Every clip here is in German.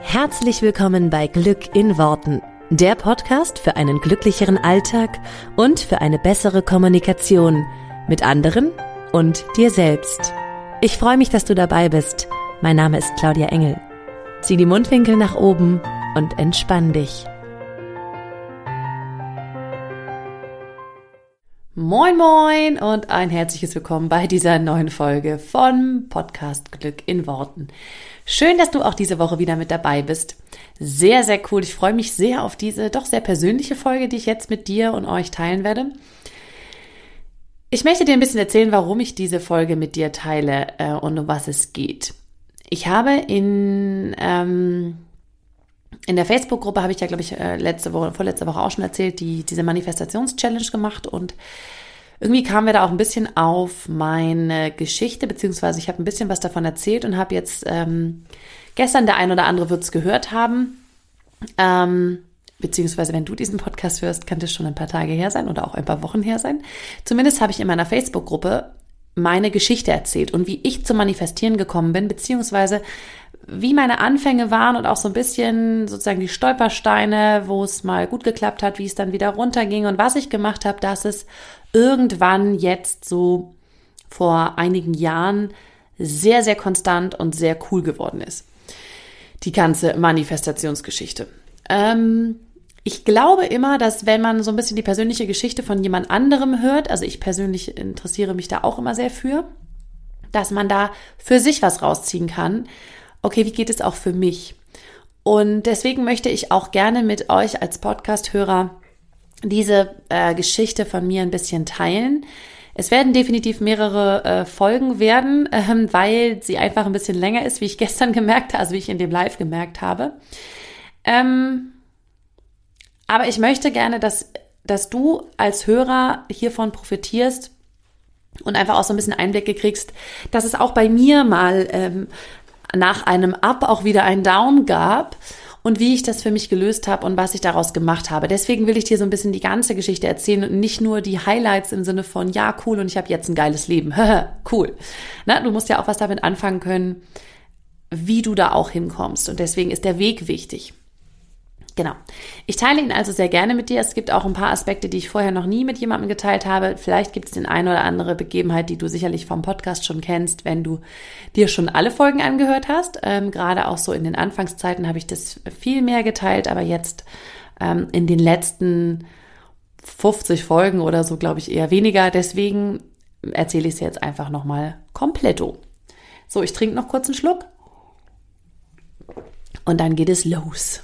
Herzlich willkommen bei Glück in Worten, der Podcast für einen glücklicheren Alltag und für eine bessere Kommunikation mit anderen und dir selbst. Ich freue mich, dass du dabei bist. Mein Name ist Claudia Engel. Zieh die Mundwinkel nach oben und entspann dich. Moin moin und ein herzliches Willkommen bei dieser neuen Folge von Podcast Glück in Worten. Schön, dass du auch diese Woche wieder mit dabei bist. Sehr, sehr cool. Ich freue mich sehr auf diese doch sehr persönliche Folge, die ich jetzt mit dir und euch teilen werde. Ich möchte dir ein bisschen erzählen, warum ich diese Folge mit dir teile und um was es geht. Ich habe in der Facebook-Gruppe, habe ich ja, glaube ich, vorletzte Woche auch schon erzählt, diese Manifestations-Challenge gemacht und irgendwie kamen wir da auch ein bisschen auf meine Geschichte, beziehungsweise ich habe ein bisschen was davon erzählt und habe jetzt gestern, der ein oder andere wird es gehört haben, beziehungsweise wenn du diesen Podcast hörst, kann das schon ein paar Tage her sein oder auch ein paar Wochen her sein. Zumindest habe ich in meiner Facebook-Gruppe meine Geschichte erzählt und wie ich zum Manifestieren gekommen bin, beziehungsweise wie meine Anfänge waren und auch so ein bisschen sozusagen die Stolpersteine, wo es mal gut geklappt hat, wie es dann wieder runterging und was ich gemacht habe, dass es irgendwann jetzt so vor einigen Jahren sehr, sehr konstant und sehr cool geworden ist. Die ganze Manifestationsgeschichte. Ich glaube immer, dass wenn man so ein bisschen die persönliche Geschichte von jemand anderem hört, also ich persönlich interessiere mich da auch immer sehr für, dass man da für sich was rausziehen kann. Okay, wie geht es auch für mich? Und deswegen möchte ich auch gerne mit euch als Podcast-Hörer diese Geschichte von mir ein bisschen teilen. Es werden definitiv mehrere Folgen werden, weil sie einfach ein bisschen länger ist, wie ich gestern gemerkt habe, also wie ich in dem Live gemerkt habe. Aber ich möchte gerne, dass du als Hörer hiervon profitierst und einfach auch so ein bisschen Einblicke kriegst, dass es auch bei mir mal nach einem Up auch wieder ein Down gab und wie ich das für mich gelöst habe und was ich daraus gemacht habe. Deswegen will ich dir so ein bisschen die ganze Geschichte erzählen und nicht nur die Highlights im Sinne von, ja, cool und ich habe jetzt ein geiles Leben. Cool. Na, du musst ja auch was damit anfangen können, wie du da auch hinkommst. Und deswegen ist der Weg wichtig. Genau. Ich teile ihn also sehr gerne mit dir. Es gibt auch ein paar Aspekte, die ich vorher noch nie mit jemandem geteilt habe. Vielleicht gibt es den eine oder andere Begebenheit, die du sicherlich vom Podcast schon kennst, wenn du dir schon alle Folgen angehört hast. Gerade auch so in den Anfangszeiten habe ich das viel mehr geteilt, aber jetzt in den letzten 50 Folgen oder so, glaube ich, eher weniger. Deswegen erzähle ich es jetzt einfach nochmal kompletto. So, ich trinke noch kurz einen Schluck und dann geht es los.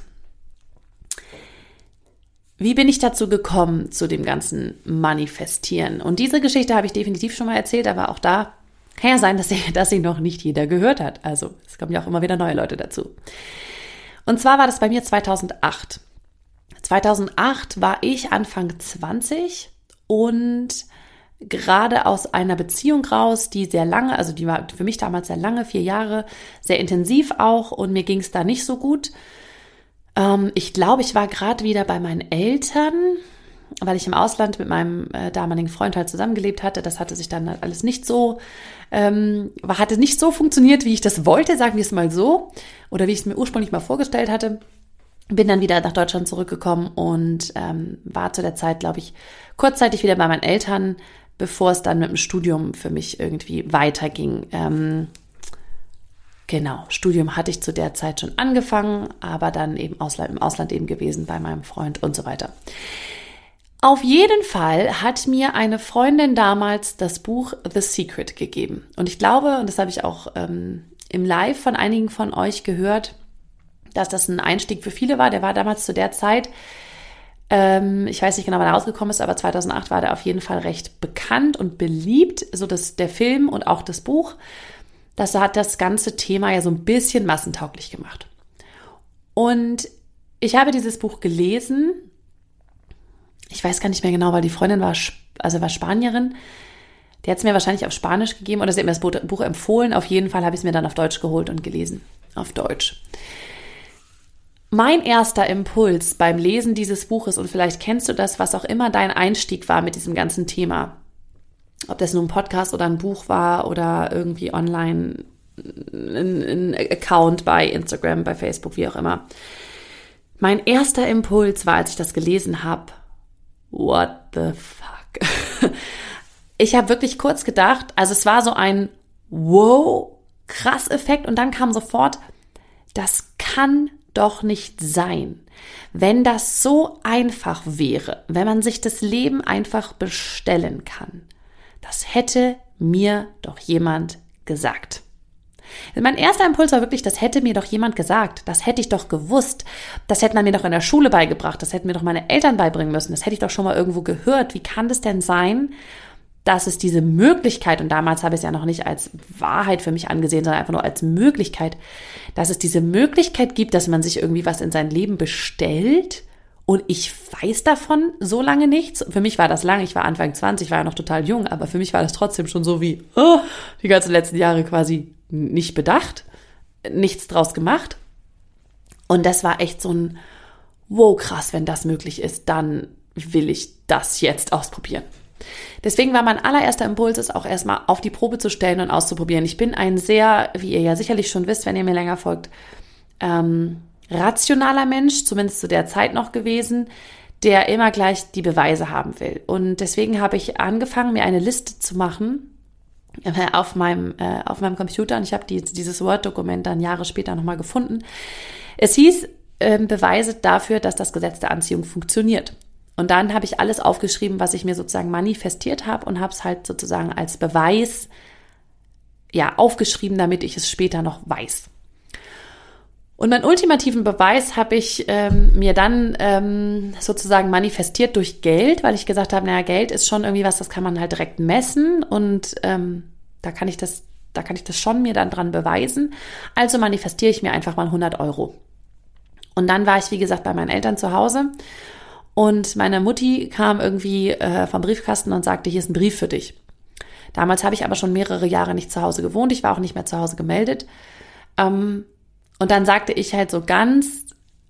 Wie bin ich dazu gekommen, zu dem ganzen Manifestieren? Und diese Geschichte habe ich definitiv schon mal erzählt, aber auch da kann ja sein, dass sie noch nicht jeder gehört hat. Also es kommen ja auch immer wieder neue Leute dazu. Und zwar war das bei mir 2008. 2008 war ich Anfang 20 und gerade aus einer Beziehung raus, die sehr lange, also die war für mich damals sehr lange, 4 Jahre, sehr intensiv auch und mir ging es da nicht so gut. Ich glaube, ich war gerade wieder bei meinen Eltern, weil ich im Ausland mit meinem damaligen Freund halt zusammengelebt hatte. Das hatte sich dann alles nicht so, hatte nicht so funktioniert, wie ich das wollte, sagen wir es mal so, oder wie ich es mir ursprünglich mal vorgestellt hatte. Bin dann wieder nach Deutschland zurückgekommen und war zu der Zeit, glaube ich, kurzzeitig wieder bei meinen Eltern, bevor es dann mit dem Studium für mich irgendwie weiterging. Genau, Studium hatte ich zu der Zeit schon angefangen, aber dann eben im Ausland eben gewesen bei meinem Freund und so weiter. Auf jeden Fall hat mir eine Freundin damals das Buch The Secret gegeben. Und ich glaube, und das habe ich auch im Live von einigen von euch gehört, dass das ein Einstieg für viele war. Der war damals zu der Zeit, ich weiß nicht genau, wann er rausgekommen ist, aber 2008 war der auf jeden Fall recht bekannt und beliebt, so dass der Film und auch das Buch. Das hat das ganze Thema ja so ein bisschen massentauglich gemacht. Und ich habe dieses Buch gelesen. Ich weiß gar nicht mehr genau, weil die Freundin war Spanierin. Die hat es mir wahrscheinlich auf Spanisch gegeben oder sie hat mir das Buch empfohlen. Auf jeden Fall habe ich es mir dann auf Deutsch geholt und gelesen. Auf Deutsch. Mein erster Impuls beim Lesen dieses Buches, und vielleicht kennst du das, was auch immer dein Einstieg war mit diesem ganzen Thema, ob das nun ein Podcast oder ein Buch war oder irgendwie online einen Account bei Instagram, bei Facebook, wie auch immer. Mein erster Impuls war, als ich das gelesen habe, what the fuck? Ich habe wirklich kurz gedacht, also es war so ein wow, krass Effekt und dann kam sofort, das kann doch nicht sein. Wenn das so einfach wäre, wenn man sich das Leben einfach bestellen kann, das hätte mir doch jemand gesagt. Mein erster Impuls war wirklich, das hätte mir doch jemand gesagt, das hätte ich doch gewusst, das hätte man mir doch in der Schule beigebracht, das hätten mir doch meine Eltern beibringen müssen, das hätte ich doch schon mal irgendwo gehört. Wie kann das denn sein, dass es diese Möglichkeit, und damals habe ich es ja noch nicht als Wahrheit für mich angesehen, sondern einfach nur als Möglichkeit, dass es diese Möglichkeit gibt, dass man sich irgendwie was in sein Leben bestellt und ich weiß davon so lange nichts. Für mich war das lang, ich war Anfang 20, war ja noch total jung, aber für mich war das trotzdem schon so wie die ganzen letzten Jahre quasi nicht bedacht, nichts draus gemacht. Und das war echt so ein, wow, krass, wenn das möglich ist, dann will ich das jetzt ausprobieren. Deswegen war mein allererster Impuls, es auch erstmal auf die Probe zu stellen und auszuprobieren. Ich bin ein sehr, wie ihr ja sicherlich schon wisst, wenn ihr mir länger folgt, rationaler Mensch, zumindest zu der Zeit noch gewesen, der immer gleich die Beweise haben will. Und deswegen habe ich angefangen, mir eine Liste zu machen auf meinem Computer. Und ich habe dieses Word-Dokument dann Jahre später nochmal gefunden. Es hieß, Beweise dafür, dass das Gesetz der Anziehung funktioniert. Und dann habe ich alles aufgeschrieben, was ich mir sozusagen manifestiert habe und habe es halt sozusagen als Beweis aufgeschrieben, damit ich es später noch weiß. Und meinen ultimativen Beweis habe ich mir dann sozusagen manifestiert durch Geld, weil ich gesagt habe, Geld ist schon irgendwie was, das kann man halt direkt messen und da kann ich das schon mir dann dran beweisen. Also manifestiere ich mir einfach mal 100 Euro. Und dann war ich, wie gesagt, bei meinen Eltern zu Hause und meine Mutti kam irgendwie vom Briefkasten und sagte, hier ist ein Brief für dich. Damals habe ich aber schon mehrere Jahre nicht zu Hause gewohnt, ich war auch nicht mehr zu Hause gemeldet. Und dann sagte ich halt so ganz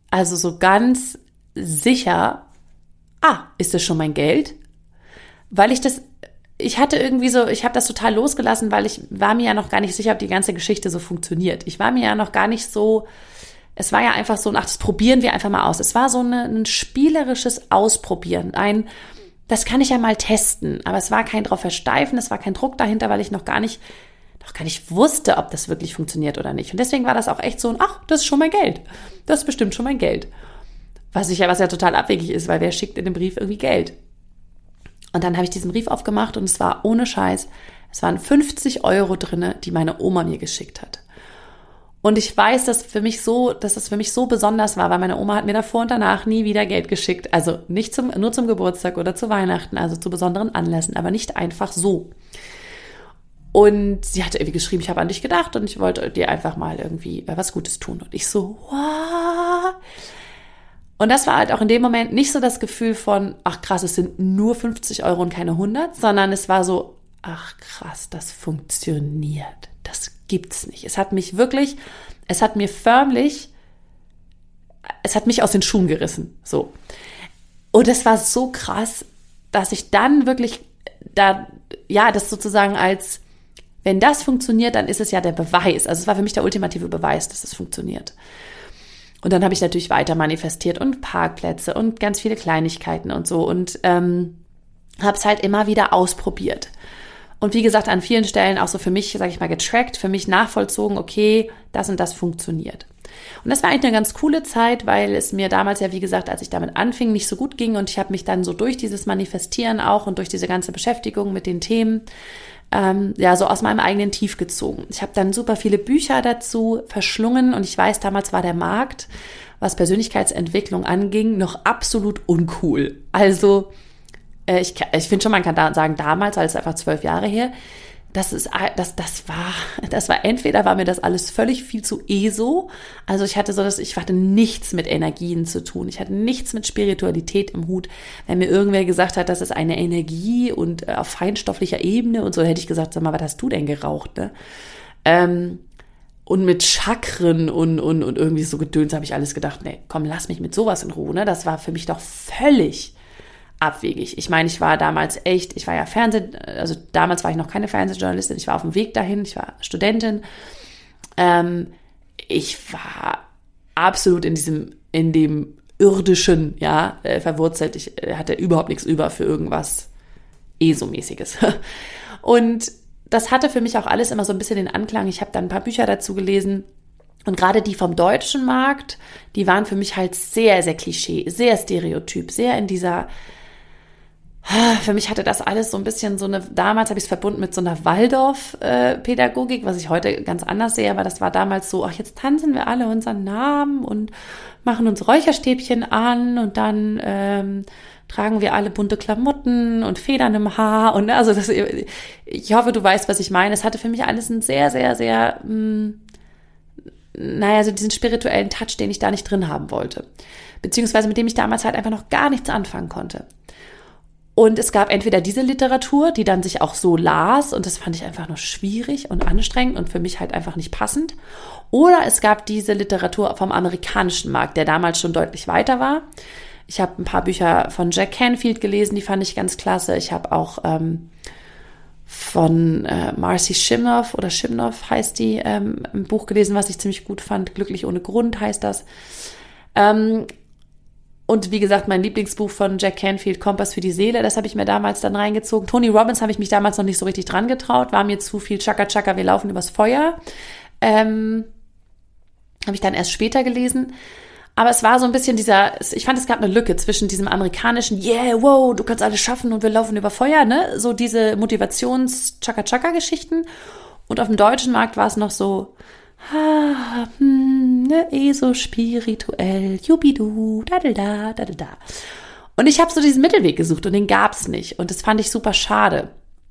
sicher, ist das schon mein Geld? Weil ich habe das total losgelassen, weil ich war mir ja noch gar nicht sicher, ob die ganze Geschichte so funktioniert. Ich war mir ja noch gar nicht so, es war ja einfach so, das probieren wir einfach mal aus. Es war so ein spielerisches Ausprobieren, das kann ich ja mal testen, aber es war kein drauf versteifen, es war kein Druck dahinter, weil ich noch gar nicht wusste, ob das wirklich funktioniert oder nicht. Und deswegen war das auch echt so das ist schon mein Geld. Das ist bestimmt schon mein Geld. Was ja total abwegig ist, weil wer schickt in den Brief irgendwie Geld? Und dann habe ich diesen Brief aufgemacht und es war ohne Scheiß, es waren 50 Euro drinne, die meine Oma mir geschickt hat. Und ich weiß, dass das für mich so besonders war, weil meine Oma hat mir davor und danach nie wieder Geld geschickt. Also nur zum Geburtstag oder zu Weihnachten, also zu besonderen Anlässen, aber nicht einfach so. Und sie hatte irgendwie geschrieben, ich habe an dich gedacht und ich wollte dir einfach mal irgendwie was Gutes tun. Und ich so, wow. Und das war halt auch in dem Moment nicht so das Gefühl von, ach krass, es sind nur 50 Euro und keine 100, sondern es war so, ach krass, das funktioniert. Das gibt's nicht. Es hat mich aus den Schuhen gerissen. So. Und es war so krass, dass ich dann wirklich das sozusagen als, wenn das funktioniert, dann ist es ja der Beweis. Also es war für mich der ultimative Beweis, dass es funktioniert. Und dann habe ich natürlich weiter manifestiert und Parkplätze und ganz viele Kleinigkeiten und so und habe es halt immer wieder ausprobiert. Und wie gesagt, an vielen Stellen auch so für mich, sage ich mal, getrackt, für mich nachvollzogen, okay, das und das funktioniert. Und das war eigentlich eine ganz coole Zeit, weil es mir damals ja, wie gesagt, als ich damit anfing, nicht so gut ging und ich habe mich dann so durch dieses Manifestieren auch und durch diese ganze Beschäftigung mit den Themen so aus meinem eigenen Tief gezogen. Ich habe dann super viele Bücher dazu verschlungen und ich weiß, damals war der Markt, was Persönlichkeitsentwicklung anging, noch absolut uncool. Also ich finde schon, man kann sagen damals, weil es einfach 12 Jahre her, das war entweder war mir das alles völlig viel zu ESO, also ich hatte nichts mit Energien zu tun, ich hatte nichts mit Spiritualität im Hut. Wenn mir irgendwer gesagt hat, das ist eine Energie und auf feinstofflicher Ebene und so, hätte ich gesagt, sag mal, was hast du denn geraucht, ne? Und mit Chakren und irgendwie so Gedöns habe ich alles gedacht, nee, komm, lass mich mit sowas in Ruhe, ne? Das war für mich doch völlig abwegig. Ich meine, ich war damals damals war ich noch keine Fernsehjournalistin, ich war auf dem Weg dahin, ich war Studentin Ich war absolut in dem Irdischen, verwurzelt. Ich hatte überhaupt nichts über für irgendwas ESO-mäßiges. Und das hatte für mich auch alles immer so ein bisschen den Anklang. Ich habe dann ein paar Bücher dazu gelesen. Und gerade die vom deutschen Markt, die waren für mich halt sehr, sehr Klischee, sehr stereotyp, sehr in dieser, für mich hatte das alles so ein bisschen damals habe ich es verbunden mit so einer Waldorf-Pädagogik, was ich heute ganz anders sehe, aber das war damals so, ach, jetzt tanzen wir alle unseren Namen und machen uns Räucherstäbchen an und dann tragen wir alle bunte Klamotten und Federn im Haar und also ich hoffe, du weißt, was ich meine. Es hatte für mich alles einen sehr, sehr, sehr, so diesen spirituellen Touch, den ich da nicht drin haben wollte. Beziehungsweise mit dem ich damals halt einfach noch gar nichts anfangen konnte. Und es gab entweder diese Literatur, die dann sich auch so las und das fand ich einfach nur schwierig und anstrengend und für mich halt einfach nicht passend. Oder es gab diese Literatur vom amerikanischen Markt, der damals schon deutlich weiter war. Ich habe ein paar Bücher von Jack Canfield gelesen, die fand ich ganz klasse. Ich habe auch von Marcy Shimoff heißt die, ein Buch gelesen, was ich ziemlich gut fand. Glücklich ohne Grund heißt das. Und wie gesagt, mein Lieblingsbuch von Jack Canfield, Kompass für die Seele, das habe ich mir damals dann reingezogen. Tony Robbins habe ich mich damals noch nicht so richtig dran getraut, war mir zu viel Chaka Chaka, wir laufen übers Feuer. Habe ich dann erst später gelesen. Aber es war so ein bisschen ich fand, es gab eine Lücke zwischen diesem amerikanischen, yeah, wow, du kannst alles schaffen und wir laufen über Feuer, ne? So diese Motivations-Chaka-Chaka-Geschichten. Und auf dem deutschen Markt war es noch so, so spirituell, jubidu, dadada, dadada. Und ich habe so diesen Mittelweg gesucht und den gab's nicht. Und das fand ich super schade.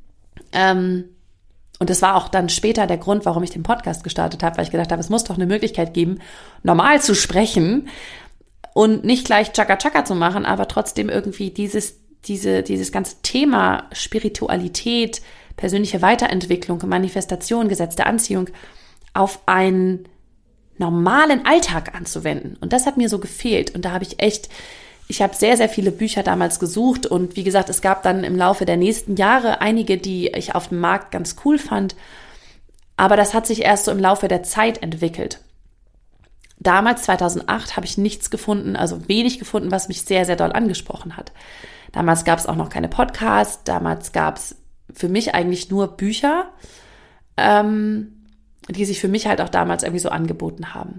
Und das war auch dann später der Grund, warum ich den Podcast gestartet habe, weil ich gedacht habe, es muss doch eine Möglichkeit geben, normal zu sprechen und nicht gleich Chaka Chaka zu machen, aber trotzdem irgendwie dieses ganze Thema Spiritualität, persönliche Weiterentwicklung, Manifestation, Gesetz der Anziehung auf einen normalen Alltag anzuwenden. Und das hat mir so gefehlt. Und da habe ich habe sehr, sehr viele Bücher damals gesucht. Und wie gesagt, es gab dann im Laufe der nächsten Jahre einige, die ich auf dem Markt ganz cool fand. Aber das hat sich erst so im Laufe der Zeit entwickelt. Damals, 2008, habe ich nichts gefunden, also wenig gefunden, was mich sehr, sehr doll angesprochen hat. Damals gab es auch noch keine Podcasts. Damals gab es für mich eigentlich nur Bücher, die sich für mich halt auch damals irgendwie so angeboten haben.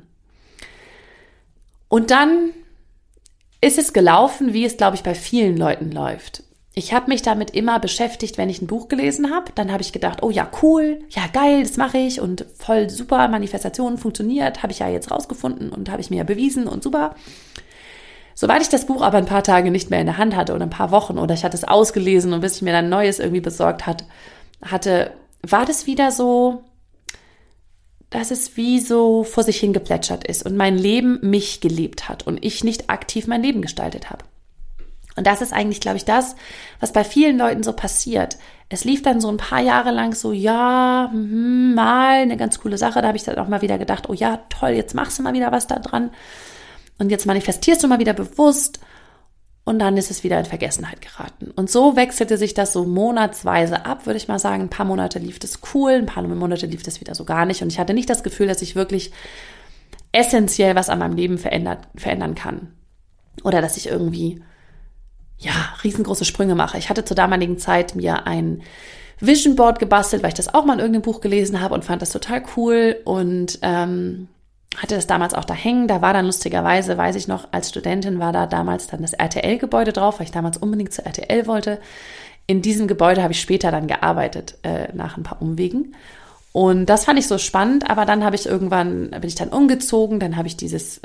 Und dann ist es gelaufen, wie es, glaube ich, bei vielen Leuten läuft. Ich habe mich damit immer beschäftigt, wenn ich ein Buch gelesen habe. Dann habe ich gedacht, oh ja, cool, ja geil, das mache ich und voll super, Manifestation funktioniert, habe ich ja jetzt rausgefunden und habe ich mir ja bewiesen und super. Sobald ich das Buch aber ein paar Tage nicht mehr in der Hand hatte oder ein paar Wochen oder ich hatte es ausgelesen und bis ich mir dann Neues irgendwie besorgt hatte, war das wieder so, dass es wie so vor sich hingeplätschert ist und mein Leben mich gelebt hat und ich nicht aktiv mein Leben gestaltet habe. Und das ist eigentlich, glaube ich, das, was bei vielen Leuten so passiert. Es lief dann so ein paar Jahre lang so, ja, mal eine ganz coole Sache. Da habe ich dann auch mal wieder gedacht, oh ja, toll, jetzt machst du mal wieder was da dran. Und jetzt manifestierst du mal wieder bewusst. Und dann ist es wieder in Vergessenheit geraten. Und so wechselte sich das so monatsweise ab, würde ich mal sagen. Ein paar Monate lief das cool, ein paar Monate lief das wieder so gar nicht. Und ich hatte nicht das Gefühl, dass ich wirklich essentiell was an meinem Leben verändern kann. Oder dass ich irgendwie, riesengroße Sprünge mache. Ich hatte zur damaligen Zeit mir ein Vision Board gebastelt, weil ich das auch mal in irgendeinem Buch gelesen habe und fand das total cool. Und hatte das damals auch da hängen. Da war dann lustigerweise, weiß ich noch, als Studentin war da damals dann das RTL-Gebäude drauf, weil ich damals unbedingt zur RTL wollte. In diesem Gebäude habe ich später dann gearbeitet, nach ein paar Umwegen. Und das fand ich so spannend, aber dann bin ich dann umgezogen, dann habe ich das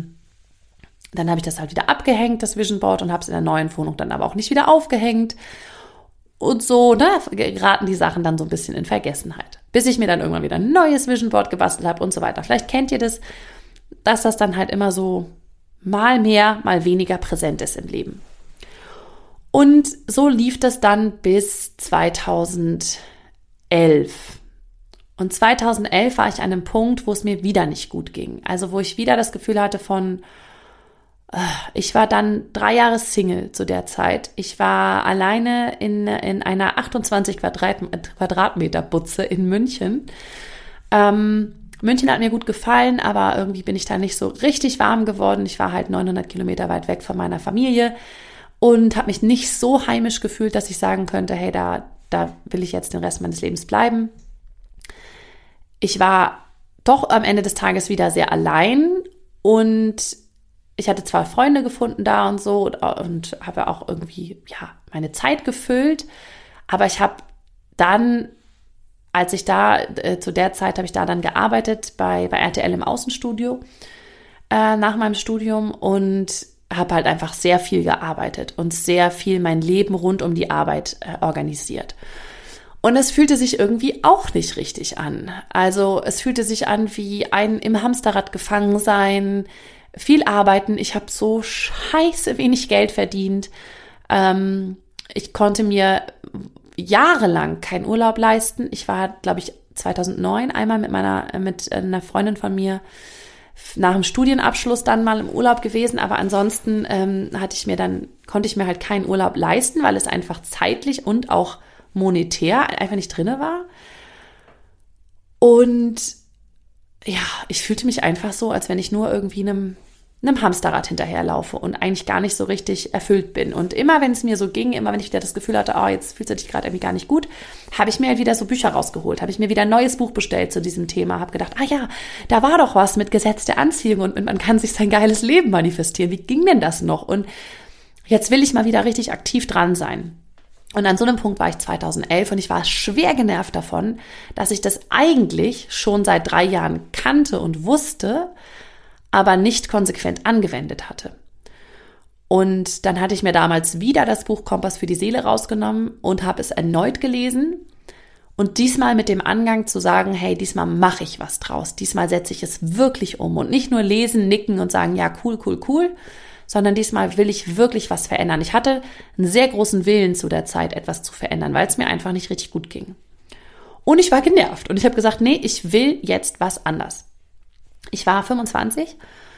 halt wieder abgehängt, das Vision Board, und habe es in der neuen Wohnung dann aber auch nicht wieder aufgehängt. Und so, geraten die Sachen dann so ein bisschen in Vergessenheit. Bis ich mir dann irgendwann wieder ein neues Vision Board gebastelt habe und so weiter. Vielleicht kennt ihr das, dass das dann halt immer so mal mehr, mal weniger präsent ist im Leben. Und so lief das dann bis 2011. Und 2011 war ich an einem Punkt, wo es mir wieder nicht gut ging. Also wo ich wieder das Gefühl hatte ich war dann 3 Jahre Single zu der Zeit. Ich war alleine in einer 28 Quadratmeter Butze in München, München hat mir gut gefallen, aber irgendwie bin ich da nicht so richtig warm geworden. Ich war halt 900 Kilometer weit weg von meiner Familie und habe mich nicht so heimisch gefühlt, dass ich sagen könnte, hey, da will ich jetzt den Rest meines Lebens bleiben. Ich war doch am Ende des Tages wieder sehr allein und ich hatte zwar Freunde gefunden da und so und habe auch irgendwie meine Zeit gefüllt, aber ich habe dann, als ich da, zu der Zeit habe ich da dann gearbeitet bei RTL im Außenstudio nach meinem Studium und habe halt einfach sehr viel gearbeitet und sehr viel mein Leben rund um die Arbeit organisiert. Und es fühlte sich irgendwie auch nicht richtig an. Also es fühlte sich an wie ein im Hamsterrad gefangen sein, viel arbeiten. Ich habe so scheiße wenig Geld verdient. Ich konnte mir jahrelang keinen Urlaub leisten. Ich war, glaube ich, 2009 einmal mit einer Freundin von mir nach dem Studienabschluss dann mal im Urlaub gewesen, aber ansonsten konnte ich mir halt keinen Urlaub leisten, weil es einfach zeitlich und auch monetär einfach nicht drinne war. Und ja, ich fühlte mich einfach so, als wenn ich nur irgendwie einem Hamsterrad hinterherlaufe und eigentlich gar nicht so richtig erfüllt bin. Und immer, wenn es mir so ging, immer wenn ich wieder das Gefühl hatte, jetzt fühlst du dich gerade irgendwie gar nicht gut, habe ich mir halt wieder so Bücher rausgeholt, habe ich mir wieder ein neues Buch bestellt zu diesem Thema, habe gedacht, da war doch was mit Gesetz der Anziehung und man kann sich sein geiles Leben manifestieren. Wie ging denn das noch? Und jetzt will ich mal wieder richtig aktiv dran sein. Und an so einem Punkt war ich 2011 und ich war schwer genervt davon, dass ich das eigentlich schon seit 3 Jahren kannte und wusste, aber nicht konsequent angewendet hatte. Und dann hatte ich mir damals wieder das Buch Kompass für die Seele rausgenommen und habe es erneut gelesen und diesmal mit dem Angang zu sagen, hey, diesmal mache ich was draus, diesmal setze ich es wirklich um und nicht nur lesen, nicken und sagen, ja, cool, sondern diesmal will ich wirklich was verändern. Ich hatte einen sehr großen Willen zu der Zeit, etwas zu verändern, weil es mir einfach nicht richtig gut ging. Und ich war genervt und ich habe gesagt, nee, ich will jetzt was anders. Ich war 25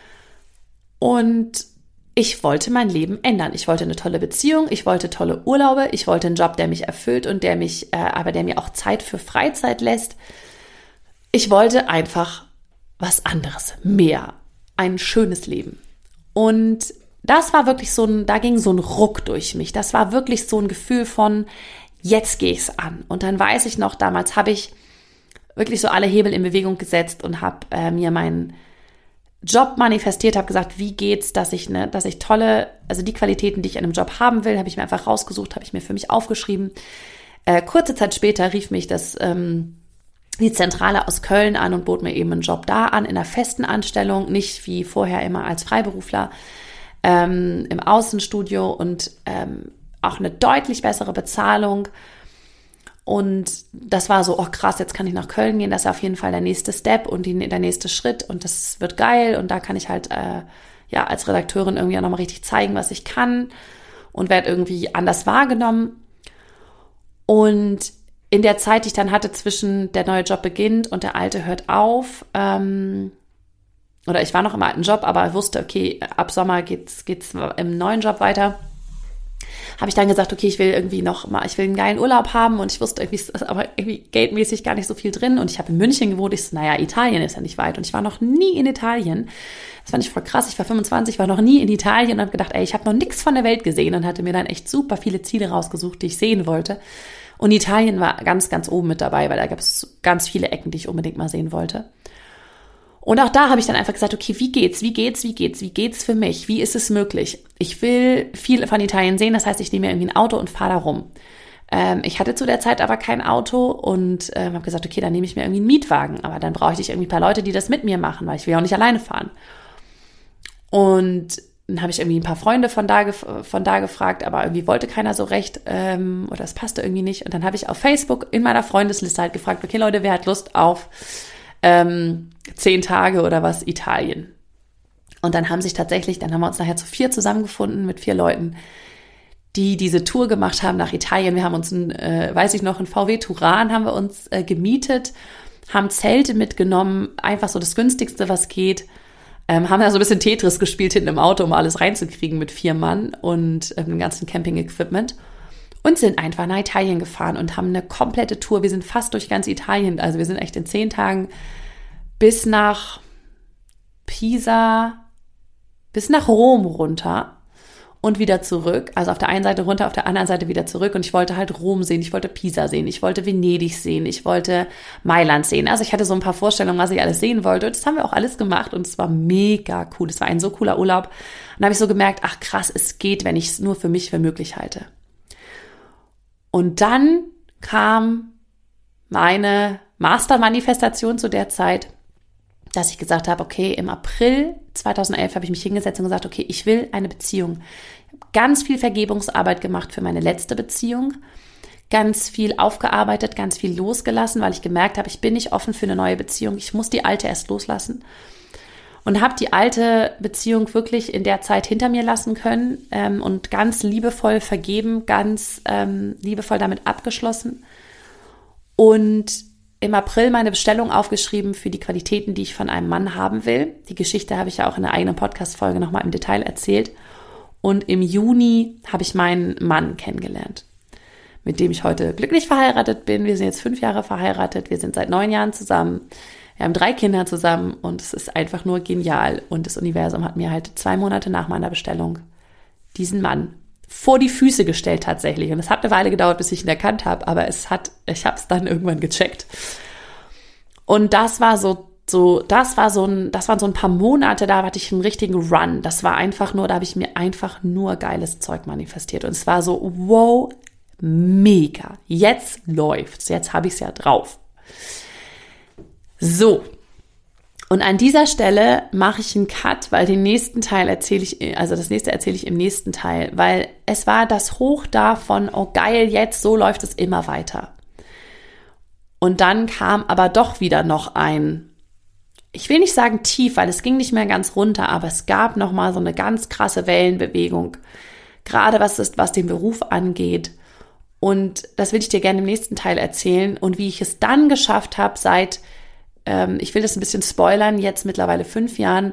und ich wollte mein Leben ändern. Ich wollte eine tolle Beziehung, ich wollte tolle Urlaube, ich wollte einen Job, der mich erfüllt und der mir auch Zeit für Freizeit lässt. Ich wollte einfach was anderes, mehr, ein schönes Leben. Und das war wirklich da ging so ein Ruck durch mich. Das war wirklich so ein Gefühl von, jetzt gehe ich's an. Und dann weiß ich noch, damals habe ich wirklich so alle Hebel in Bewegung gesetzt und habe mir meinen Job manifestiert, habe gesagt, wie geht's, dass ich tolle, also die Qualitäten, die ich in einem Job haben will, habe ich mir einfach rausgesucht, habe ich mir für mich aufgeschrieben. Kurze Zeit später rief mich die Zentrale aus Köln an und bot mir eben einen Job da an, in einer festen Anstellung, nicht wie vorher immer als Freiberufler im Außenstudio und auch eine deutlich bessere Bezahlung. Und das war so, krass, jetzt kann ich nach Köln gehen, das ist auf jeden Fall der nächste Step und der nächste Schritt und das wird geil und da kann ich halt als Redakteurin irgendwie auch nochmal richtig zeigen, was ich kann und werde irgendwie anders wahrgenommen. Und in der Zeit, die ich dann hatte zwischen der neue Job beginnt und der alte hört auf, oder ich war noch im alten Job, aber wusste, okay, ab Sommer geht's im neuen Job weiter, habe ich dann gesagt, okay, ich will einen geilen Urlaub haben und ich wusste irgendwie, ist aber irgendwie geldmäßig gar nicht so viel drin und ich habe in München gewohnt, ich so, Italien ist ja nicht weit und ich war noch nie in Italien. Das fand ich voll krass, ich war 25, war noch nie in Italien und habe gedacht, ich habe noch nichts von der Welt gesehen und hatte mir dann echt super viele Ziele rausgesucht, die ich sehen wollte. Und Italien war ganz, ganz oben mit dabei, weil da gab es ganz viele Ecken, die ich unbedingt mal sehen wollte. Und auch da habe ich dann einfach gesagt, okay, wie geht's für mich? Wie ist es möglich? Ich will viel von Italien sehen, das heißt, ich nehme mir irgendwie ein Auto und fahre da rum. Ich hatte zu der Zeit aber kein Auto und habe gesagt, okay, dann nehme ich mir irgendwie einen Mietwagen. Aber dann brauche ich irgendwie ein paar Leute, die das mit mir machen, weil ich will ja auch nicht alleine fahren. Und dann habe ich irgendwie ein paar Freunde von da gefragt, aber irgendwie wollte keiner so recht oder es passte irgendwie nicht. Und dann habe ich auf Facebook in meiner Freundesliste halt gefragt, okay Leute, wer hat Lust auf 10 Tage oder was Italien? Und dann haben wir uns nachher zu 4 zusammengefunden mit 4 Leuten, die diese Tour gemacht haben nach Italien. Wir haben uns ein VW Touran haben wir uns gemietet, haben Zelte mitgenommen, einfach so das günstigste, was geht. Haben da so ein bisschen Tetris gespielt hinten im Auto, um alles reinzukriegen mit 4 Mann und dem ganzen Camping-Equipment und sind einfach nach Italien gefahren und haben eine komplette Tour. Wir sind fast durch ganz Italien, also wir sind echt in 10 Tagen bis nach Pisa, bis nach Rom runter und wieder zurück. Also auf der einen Seite runter, auf der anderen Seite wieder zurück. Und ich wollte halt Rom sehen, ich wollte Pisa sehen, ich wollte Venedig sehen, ich wollte Mailand sehen. Also ich hatte so ein paar Vorstellungen, was ich alles sehen wollte. Und das haben wir auch alles gemacht und es war mega cool. Es war ein so cooler Urlaub. Und da habe ich so gemerkt, ach krass, es geht, wenn ich es nur für mich für möglich halte. Und dann kam meine Mastermanifestation zu der Zeit, dass ich gesagt habe, okay, im April 2011 habe ich mich hingesetzt und gesagt, okay, ich will eine Beziehung. Ich habe ganz viel Vergebungsarbeit gemacht für meine letzte Beziehung, ganz viel aufgearbeitet, ganz viel losgelassen, weil ich gemerkt habe, ich bin nicht offen für eine neue Beziehung. Ich muss die alte erst loslassen. Und habe die alte Beziehung wirklich in der Zeit hinter mir lassen können und ganz liebevoll vergeben, ganz liebevoll damit abgeschlossen. Und im April meine Bestellung aufgeschrieben für die Qualitäten, die ich von einem Mann haben will. Die Geschichte habe ich ja auch in einer eigenen Podcast-Folge nochmal im Detail erzählt. Und im Juni habe ich meinen Mann kennengelernt, mit dem ich heute glücklich verheiratet bin. Wir sind jetzt 5 Jahre verheiratet, wir sind seit 9 Jahren zusammen. Wir haben 3 Kinder zusammen und es ist einfach nur genial. Und das Universum hat mir halt 2 Monate nach meiner Bestellung diesen Mann vor die Füße gestellt tatsächlich. Und es hat eine Weile gedauert, bis ich ihn erkannt habe, aber ich habe es dann irgendwann gecheckt. Und das waren so ein paar Monate, da hatte ich einen richtigen Run. Das war einfach nur, da habe ich mir einfach nur geiles Zeug manifestiert. Und es war so, wow, mega. Jetzt läuft's. Jetzt habe ich es ja drauf. So. Und an dieser Stelle mache ich einen Cut, weil den nächsten Teil erzähle ich im nächsten Teil, weil es war das Hoch davon, oh geil, jetzt so läuft es immer weiter. Und dann kam aber doch wieder noch ein, ich will nicht sagen tief, weil es ging nicht mehr ganz runter, aber es gab noch mal so eine ganz krasse Wellenbewegung, gerade was den Beruf angeht. Und das will ich dir gerne im nächsten Teil erzählen und wie ich es dann geschafft habe, seit ich will das ein bisschen spoilern, jetzt mittlerweile 5 Jahren,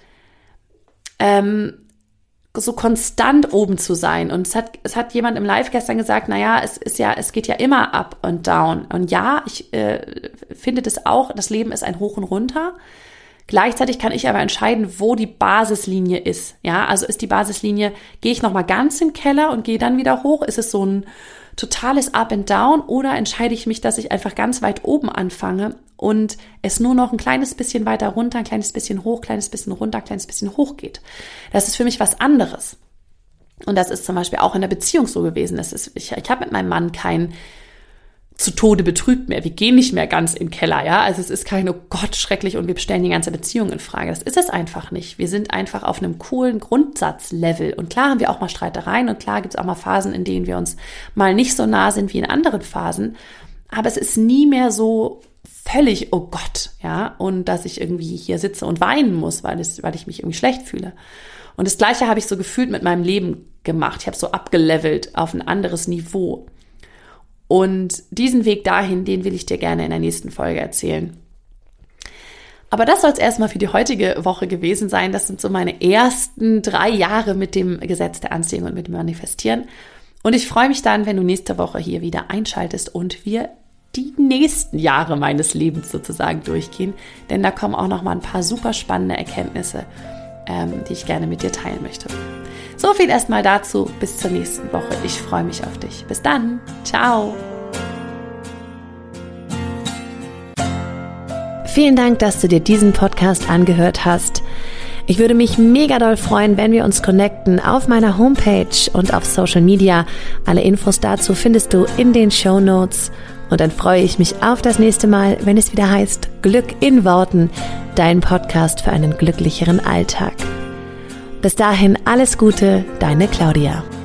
so konstant oben zu sein. Und es hat jemand im Live gestern gesagt, naja, es geht ja immer up und down. Und ja, ich finde das auch, das Leben ist ein Hoch und Runter. Gleichzeitig kann ich aber entscheiden, wo die Basislinie ist. Ja, also ist die Basislinie, gehe ich nochmal ganz in den Keller und gehe dann wieder hoch? Ist es so ein totales Up and Down oder entscheide ich mich, dass ich einfach ganz weit oben anfange und es nur noch ein kleines bisschen weiter runter, ein kleines bisschen hoch, kleines bisschen runter, ein kleines bisschen hoch geht. Das ist für mich was anderes. Und das ist zum Beispiel auch in der Beziehung so gewesen. Ich habe mit meinem Mann kein zu Tode betrübt mehr. Wir gehen nicht mehr ganz in den Keller, ja. Also es ist kein, oh Gott, schrecklich und wir stellen die ganze Beziehung in Frage. Das ist es einfach nicht. Wir sind einfach auf einem coolen Grundsatzlevel. Und klar haben wir auch mal Streitereien und klar gibt es auch mal Phasen, in denen wir uns mal nicht so nah sind wie in anderen Phasen. Aber es ist nie mehr so völlig, oh Gott, ja. Und dass ich irgendwie hier sitze und weinen muss, weil ich mich irgendwie schlecht fühle. Und das Gleiche habe ich so gefühlt mit meinem Leben gemacht. Ich habe so abgelevelt auf ein anderes Niveau. Und diesen Weg dahin, den will ich dir gerne in der nächsten Folge erzählen. Aber das soll es erstmal für die heutige Woche gewesen sein. Das sind so meine ersten 3 Jahre mit dem Gesetz der Anziehung und mit dem Manifestieren. Und ich freue mich dann, wenn du nächste Woche hier wieder einschaltest und wir die nächsten Jahre meines Lebens sozusagen durchgehen. Denn da kommen auch noch mal ein paar super spannende Erkenntnisse, die ich gerne mit dir teilen möchte. So viel erstmal dazu. Bis zur nächsten Woche. Ich freue mich auf dich. Bis dann. Ciao. Vielen Dank, dass du dir diesen Podcast angehört hast. Ich würde mich mega doll freuen, wenn wir uns connecten auf meiner Homepage und auf Social Media. Alle Infos dazu findest du in den Shownotes. Und dann freue ich mich auf das nächste Mal, wenn es wieder heißt Glück in Worten, dein Podcast für einen glücklicheren Alltag. Bis dahin alles Gute, deine Claudia.